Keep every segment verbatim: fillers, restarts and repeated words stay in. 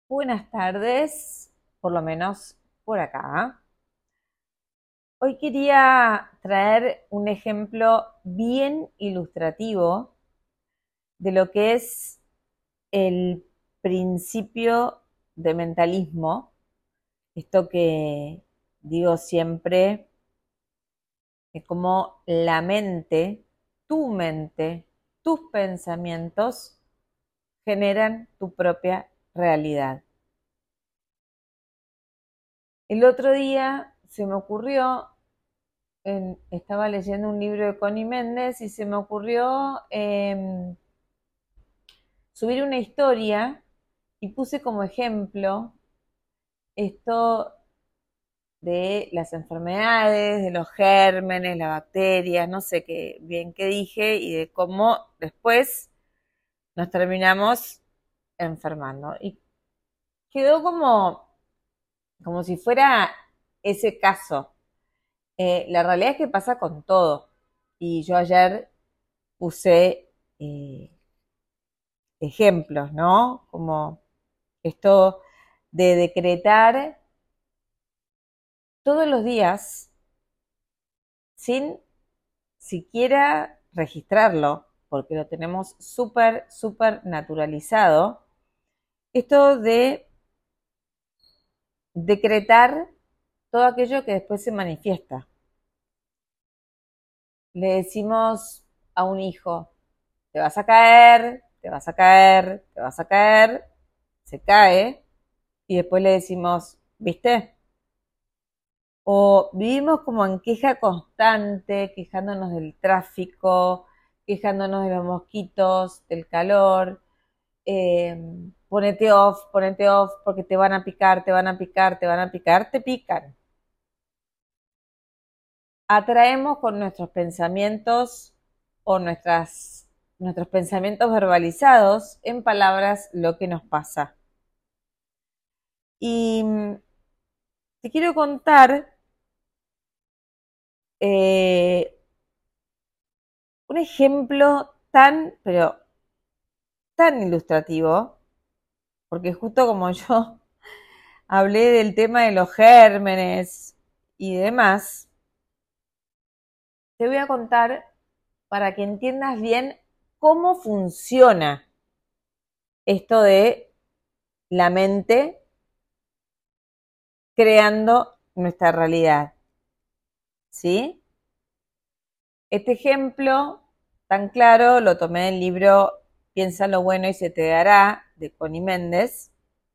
Buenas tardes, por lo menos por acá. Hoy quería traer un ejemplo bien ilustrativo de lo que es el principio de mentalismo, esto que digo siempre, que como la mente, tu mente, tus pensamientos generan tu propia realidad. El otro día se me ocurrió, en- estaba leyendo un libro de Connie Méndez y se me ocurrió em, subir una historia y puse como ejemplo esto de las enfermedades, de los gérmenes, las bacterias, no sé qué bien qué dije y de cómo después nos terminamos enfermando. Y quedó como, como si fuera ese caso. Eh, la realidad es que pasa con todo. Y yo ayer puse eh, ejemplos, ¿no? Como esto de decretar todos los días sin siquiera registrarlo, porque lo tenemos súper, súper naturalizado. Esto de decretar todo aquello que después se manifiesta. Le decimos a un hijo, te vas a caer, te vas a caer, te vas a caer, se cae, y después le decimos, ¿viste? O vivimos como en queja constante, quejándonos del tráfico, quejándonos de los mosquitos, del calor, eh, ponete off, ponete off, porque te van a picar, te van a picar, te van a picar, te pican. Atraemos con nuestros pensamientos o nuestras, nuestros pensamientos verbalizados en palabras lo que nos pasa. Y mm, te quiero contar eh, un ejemplo tan, pero tan ilustrativo, porque justo como yo hablé del tema de los gérmenes y demás, te voy a contar para que entiendas bien cómo funciona esto de la mente creando nuestra realidad. ¿Sí? Este ejemplo tan claro lo tomé del libro Piensa lo bueno y se te dará, de Connie Méndez.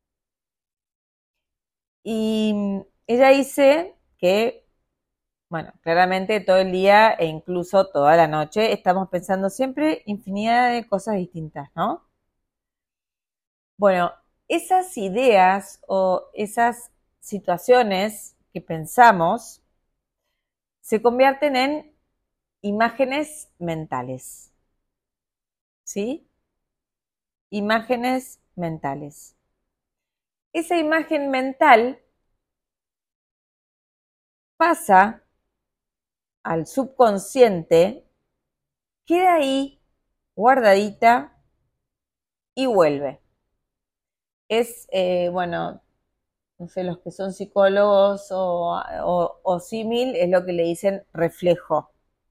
Y ella dice que, bueno, claramente todo el día e incluso toda la noche estamos pensando siempre infinidad de cosas distintas, ¿no? Bueno, esas ideas o esas situaciones que pensamos se convierten en imágenes mentales, ¿sí? Imágenes mentales. Esa imagen mental pasa al subconsciente, queda ahí guardadita y vuelve. Es, eh, bueno, no sé, los que son psicólogos o, o, o símil, es lo que le dicen reflejo.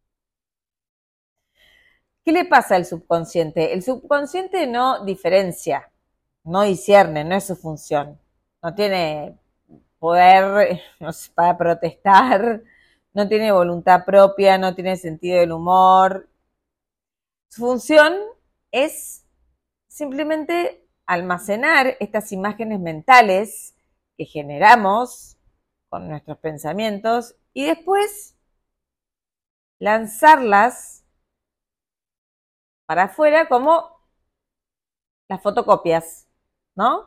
¿Qué le pasa al subconsciente? El subconsciente no diferencia, no discierne, no es su función. No tiene poder, no sé, para protestar, no tiene voluntad propia, no tiene sentido del humor. Su función es simplemente almacenar estas imágenes mentales que generamos con nuestros pensamientos y después lanzarlas para afuera como las fotocopias, ¿no?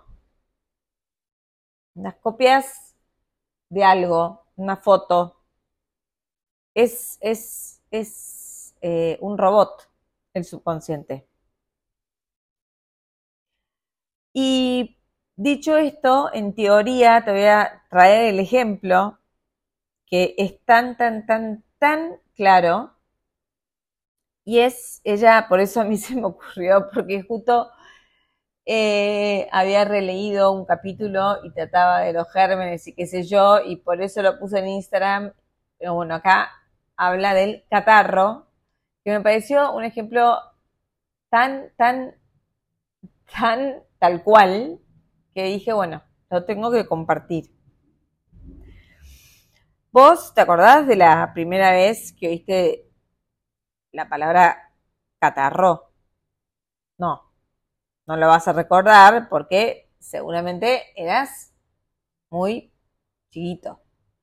Las copias de algo, una foto. Es, es, es eh, un robot el subconsciente. Y dicho esto, en teoría te voy a traer el ejemplo que es tan, tan, tan, tan claro. Y es ella, por eso a mí se me ocurrió, porque justo eh, había releído un capítulo y trataba de los gérmenes y qué sé yo, y por eso lo puse en Instagram. Pero bueno, acá habla del catarro, que me pareció un ejemplo tan, tan, tan tal cual, que dije, bueno, lo tengo que compartir. ¿Vos te acordás de la primera vez que oíste la palabra catarro? No, no lo vas a recordar porque seguramente eras muy chiquito.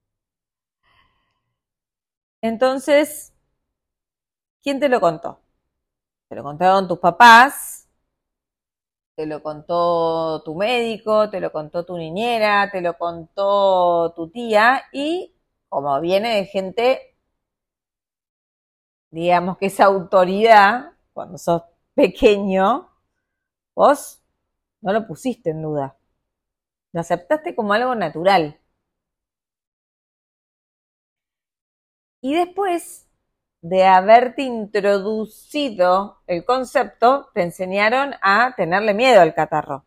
Entonces, ¿quién te lo contó? ¿Te lo contaron tus papás? ¿Te lo contó tu médico? ¿Te lo contó tu niñera? ¿Te lo contó tu tía? Y como viene de gente, digamos que esa autoridad, cuando sos pequeño, vos no lo pusiste en duda. Lo aceptaste como algo natural. Y después de haberte introducido el concepto, te enseñaron a tenerle miedo al catarro.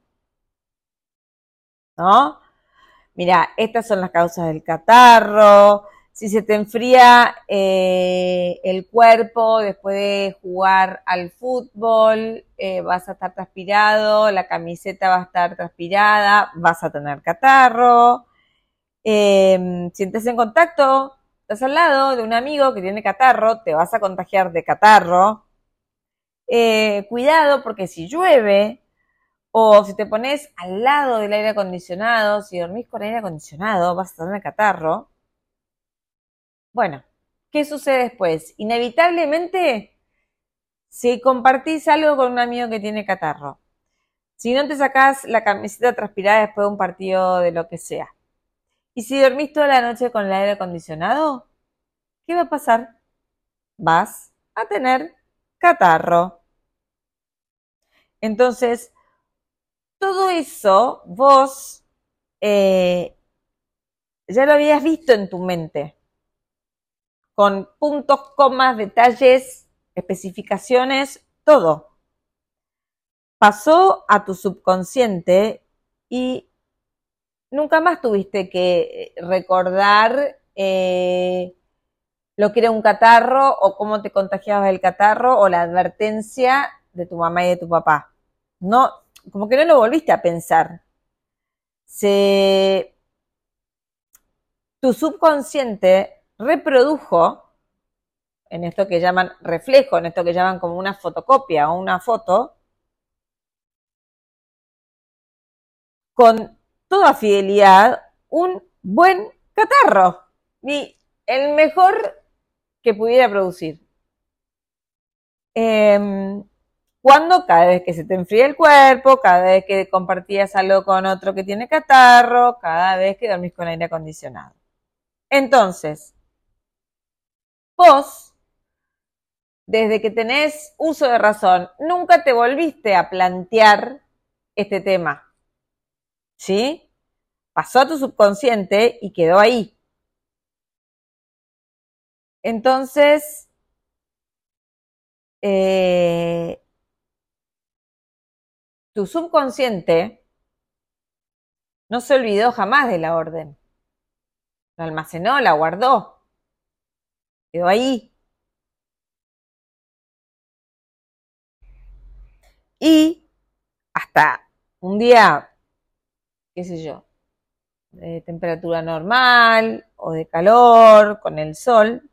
¿No? Mira, estas son las causas del catarro. Si se te enfría eh, el cuerpo después de jugar al fútbol, eh, vas a estar transpirado, la camiseta va a estar transpirada, vas a tener catarro. Eh, si estás en contacto, estás al lado de un amigo que tiene catarro, te vas a contagiar de catarro. Eh, cuidado porque si llueve o si te pones al lado del aire acondicionado, si dormís con aire acondicionado, vas a tener catarro. Bueno, ¿qué sucede después? Inevitablemente, si compartís algo con un amigo que tiene catarro, si no te sacás la camiseta transpirada después de un partido de lo que sea, y si dormís toda la noche con el aire acondicionado, ¿qué va a pasar? Vas a tener catarro. Entonces, todo eso vos eh, ya lo habías visto en tu mente, con puntos, comas, detalles, especificaciones, todo. Pasó a tu subconsciente y nunca más tuviste que recordar eh, lo que era un catarro o cómo te contagiabas del catarro o la advertencia de tu mamá y de tu papá. No, como que no lo volviste a pensar. Se, tu subconsciente reprodujo en esto que llaman reflejo, en esto que llaman como una fotocopia o una foto, con toda fidelidad, un buen catarro. Y el mejor que pudiera producir. Eh, cuando cada vez que se te enfría el cuerpo, cada vez que compartías algo con otro que tiene catarro, cada vez que dormís con aire acondicionado. Entonces, vos, desde que tenés uso de razón, nunca te volviste a plantear este tema. ¿Sí? Pasó a tu subconsciente y quedó ahí. Entonces, eh, tu subconsciente no se olvidó jamás de la orden. La almacenó, la guardó. Quedó ahí. Y hasta un día, qué sé yo, de temperatura normal o de calor, con el sol,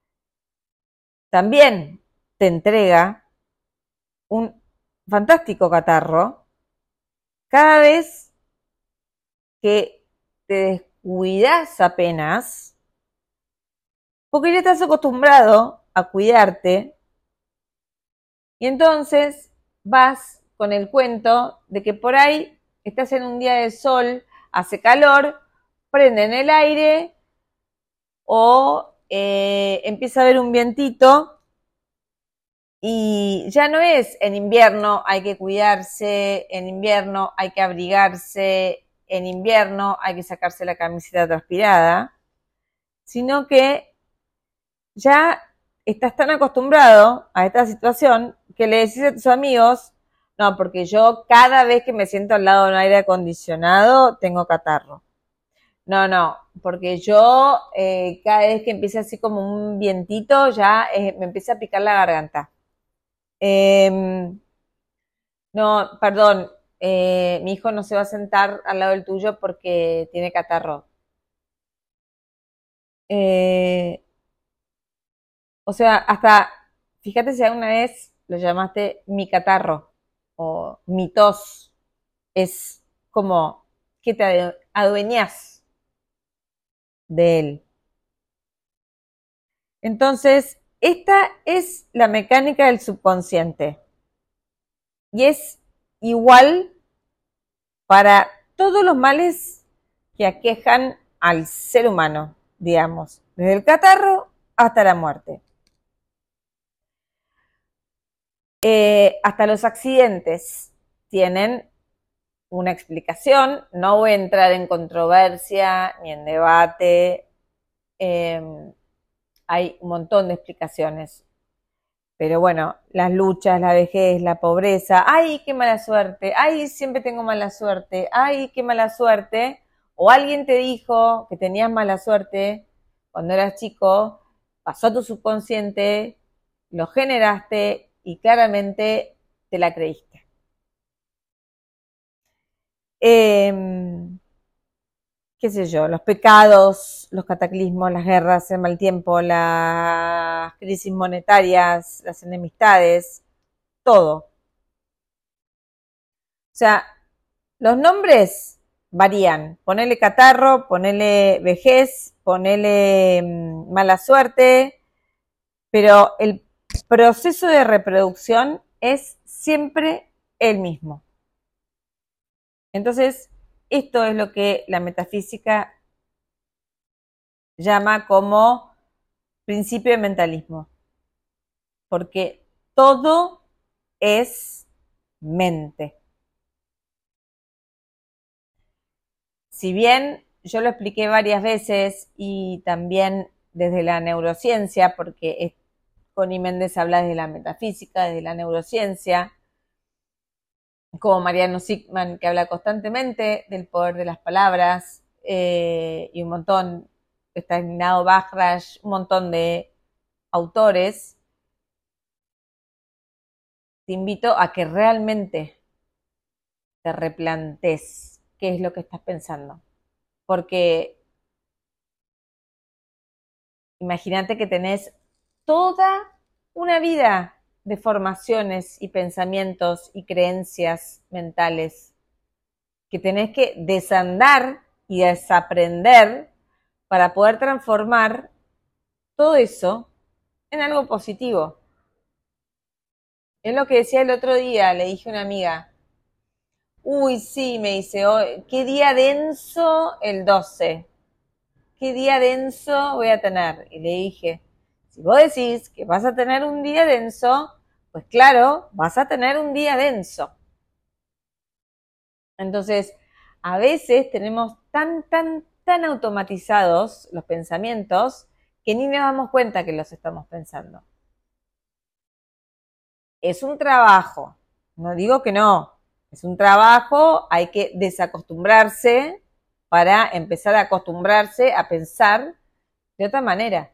también te entrega un fantástico catarro cada vez que te descuidas apenas, porque ya estás acostumbrado a cuidarte, y entonces vas con el cuento de que por ahí estás en un día de sol, hace calor, prenden el aire o eh, empieza a haber un vientito y ya no es en invierno hay que cuidarse, en invierno hay que abrigarse, en invierno hay que sacarse la camiseta transpirada, sino que ya estás tan acostumbrado a esta situación que le decís a tus amigos, No, porque yo cada vez que me siento al lado de un aire acondicionado tengo catarro. No, no, porque yo eh, cada vez que empieza así como un vientito ya eh, me empieza a picar la garganta. Eh, no, perdón, eh, mi hijo no se va a sentar al lado del tuyo porque tiene catarro. Eh, o sea, hasta, fíjate si alguna vez lo llamaste mi catarro o mi tos. Es como que te adueñas de él. Entonces, esta es la mecánica del subconsciente. Y es igual para todos los males que aquejan al ser humano, digamos, desde el catarro hasta la muerte. Eh, hasta los accidentes tienen una explicación, no voy a entrar en controversia ni en debate, eh, hay un montón de explicaciones. Pero bueno, las luchas, la vejez, la pobreza, ¡ay, qué mala suerte! ¡Ay, siempre tengo mala suerte! ¡Ay, qué mala suerte! O alguien te dijo que tenías mala suerte cuando eras chico, pasó a tu subconsciente, lo generaste y claramente te la creíste. Eh, qué sé yo, los pecados, los cataclismos, las guerras, el mal tiempo, las crisis monetarias, las enemistades, todo. O sea, los nombres varían. Ponele catarro, ponele vejez, ponele mmm, mala suerte, pero el proceso de reproducción es siempre el mismo. Entonces, esto es lo que la metafísica llama como principio de mentalismo, porque todo es mente. Si bien yo lo expliqué varias veces y también desde la neurociencia, porque Connie Méndez habla desde la metafísica, desde la neurociencia, como Mariano Sigman, que habla constantemente del poder de las palabras, eh, y un montón, está Nado Bajraj, un montón de autores, te invito a que realmente te replantes qué es lo que estás pensando. Porque imagínate que tenés toda una vida de formaciones y pensamientos y creencias mentales que tenés que desandar y desaprender para poder transformar todo eso en algo positivo. Es lo que decía el otro día, le dije a una amiga, uy, sí, me dice, oh, qué día denso el doce, qué día denso voy a tener. Y le dije, si vos decís que vas a tener un día denso, pues claro, vas a tener un día denso. Entonces, a veces tenemos tan, tan, tan automatizados los pensamientos que ni nos damos cuenta que los estamos pensando. Es un trabajo, no digo que no, es un trabajo, hay que desacostumbrarse para empezar a acostumbrarse a pensar de otra manera.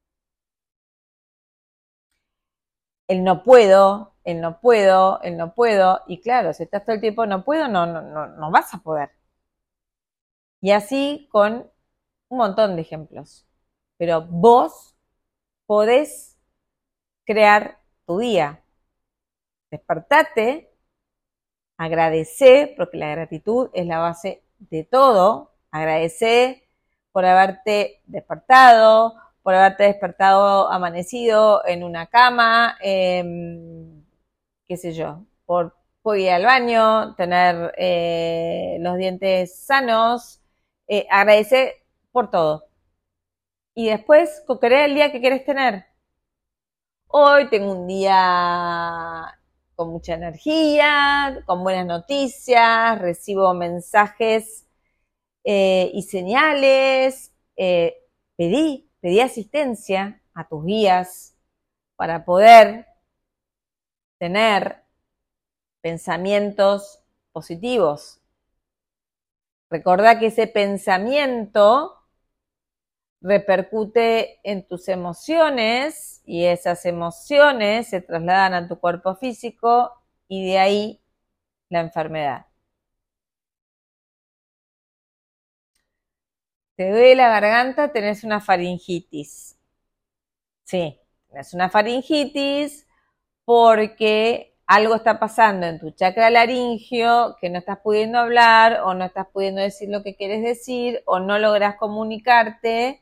El no puedo, el no puedo, el no puedo, y claro, si estás todo el tiempo no puedo, no, no, no, no vas a poder. Y así con un montón de ejemplos. Pero vos podés crear tu día. Despertate, agradecé, porque la gratitud es la base de todo. Agradecé por haberte despertado, por haberte despertado amanecido en una cama, eh, qué sé yo, por poder ir al baño, tener eh, los dientes sanos, eh, agradecer por todo. Y después co-crear el día que querés tener. Hoy tengo un día con mucha energía, con buenas noticias, recibo mensajes eh, y señales, eh, pedí, pedí asistencia a tus guías para poder tener pensamientos positivos. Recordá que ese pensamiento repercute en tus emociones y esas emociones se trasladan a tu cuerpo físico y de ahí la enfermedad. Te duele la garganta, tenés una faringitis. Sí, tenés una faringitis porque algo está pasando en tu chakra laringio que no estás pudiendo hablar o no estás pudiendo decir lo que quieres decir o no lográs comunicarte.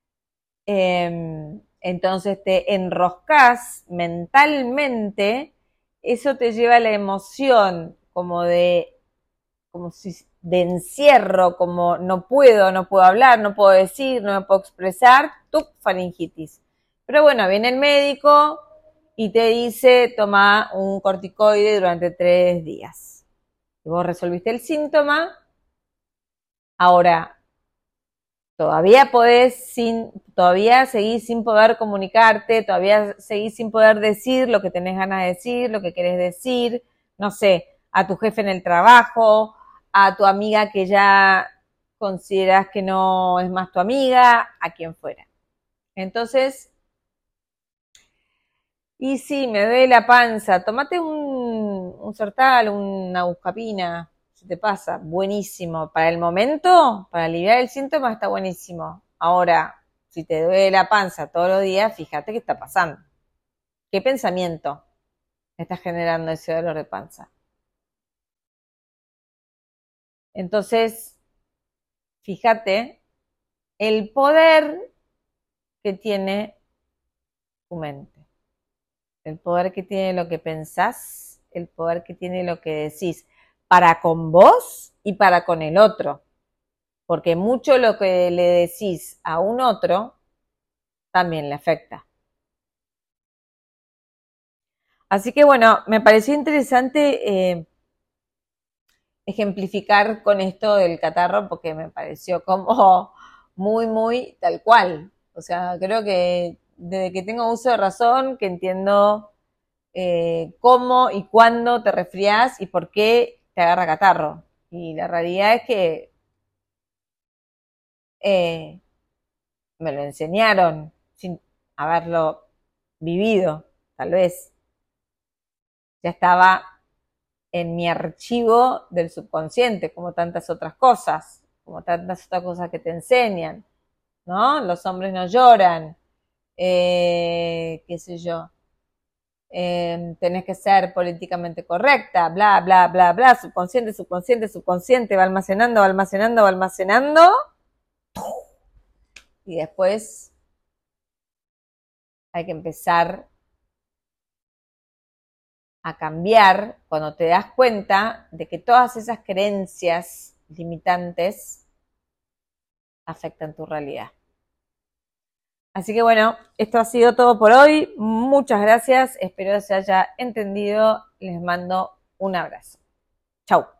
Eh, entonces te enroscás mentalmente, eso te lleva a la emoción como de, como si, de encierro, como no puedo, no puedo hablar, no puedo decir, no me puedo expresar, tu faringitis. Pero bueno, viene el médico y te dice, toma un corticoide durante tres días. Y vos resolviste el síntoma, ahora todavía podés sin, todavía seguís sin poder comunicarte, todavía seguís sin poder decir lo que tenés ganas de decir, lo que querés decir, no sé, a tu jefe en el trabajo, a tu amiga que ya consideras que no es más tu amiga, a quien fuera. Entonces, y sí, me duele la panza, tomate un, un Sertal, una buscapina, se te pasa, buenísimo. Para el momento, para aliviar el síntoma está buenísimo. Ahora, si te duele la panza todos los días, fíjate qué está pasando. ¿Qué pensamiento está generando ese dolor de panza? Entonces, fíjate el poder que tiene tu mente, el poder que tiene lo que pensás, el poder que tiene lo que decís, para con vos y para con el otro. Porque mucho lo que le decís a un otro también le afecta. Así que bueno, me pareció interesante eh, ejemplificar con esto del catarro porque me pareció como muy, muy tal cual. O sea, creo que desde que tengo uso de razón, que entiendo eh, cómo y cuándo te resfriás y por qué te agarra catarro. Y la realidad es que eh, me lo enseñaron sin haberlo vivido, tal vez. Ya estaba en mi archivo del subconsciente, como tantas otras cosas, como tantas otras cosas que te enseñan, ¿no? Los hombres no lloran, eh, qué sé yo, eh, tenés que ser políticamente correcta, bla, bla, bla, bla, subconsciente, subconsciente, subconsciente, va almacenando, va almacenando, va almacenando, y después hay que empezar a cambiar cuando te das cuenta de que todas esas creencias limitantes afectan tu realidad. Así que bueno, esto ha sido todo por hoy. Muchas gracias, espero se haya entendido. Les mando un abrazo. Chau.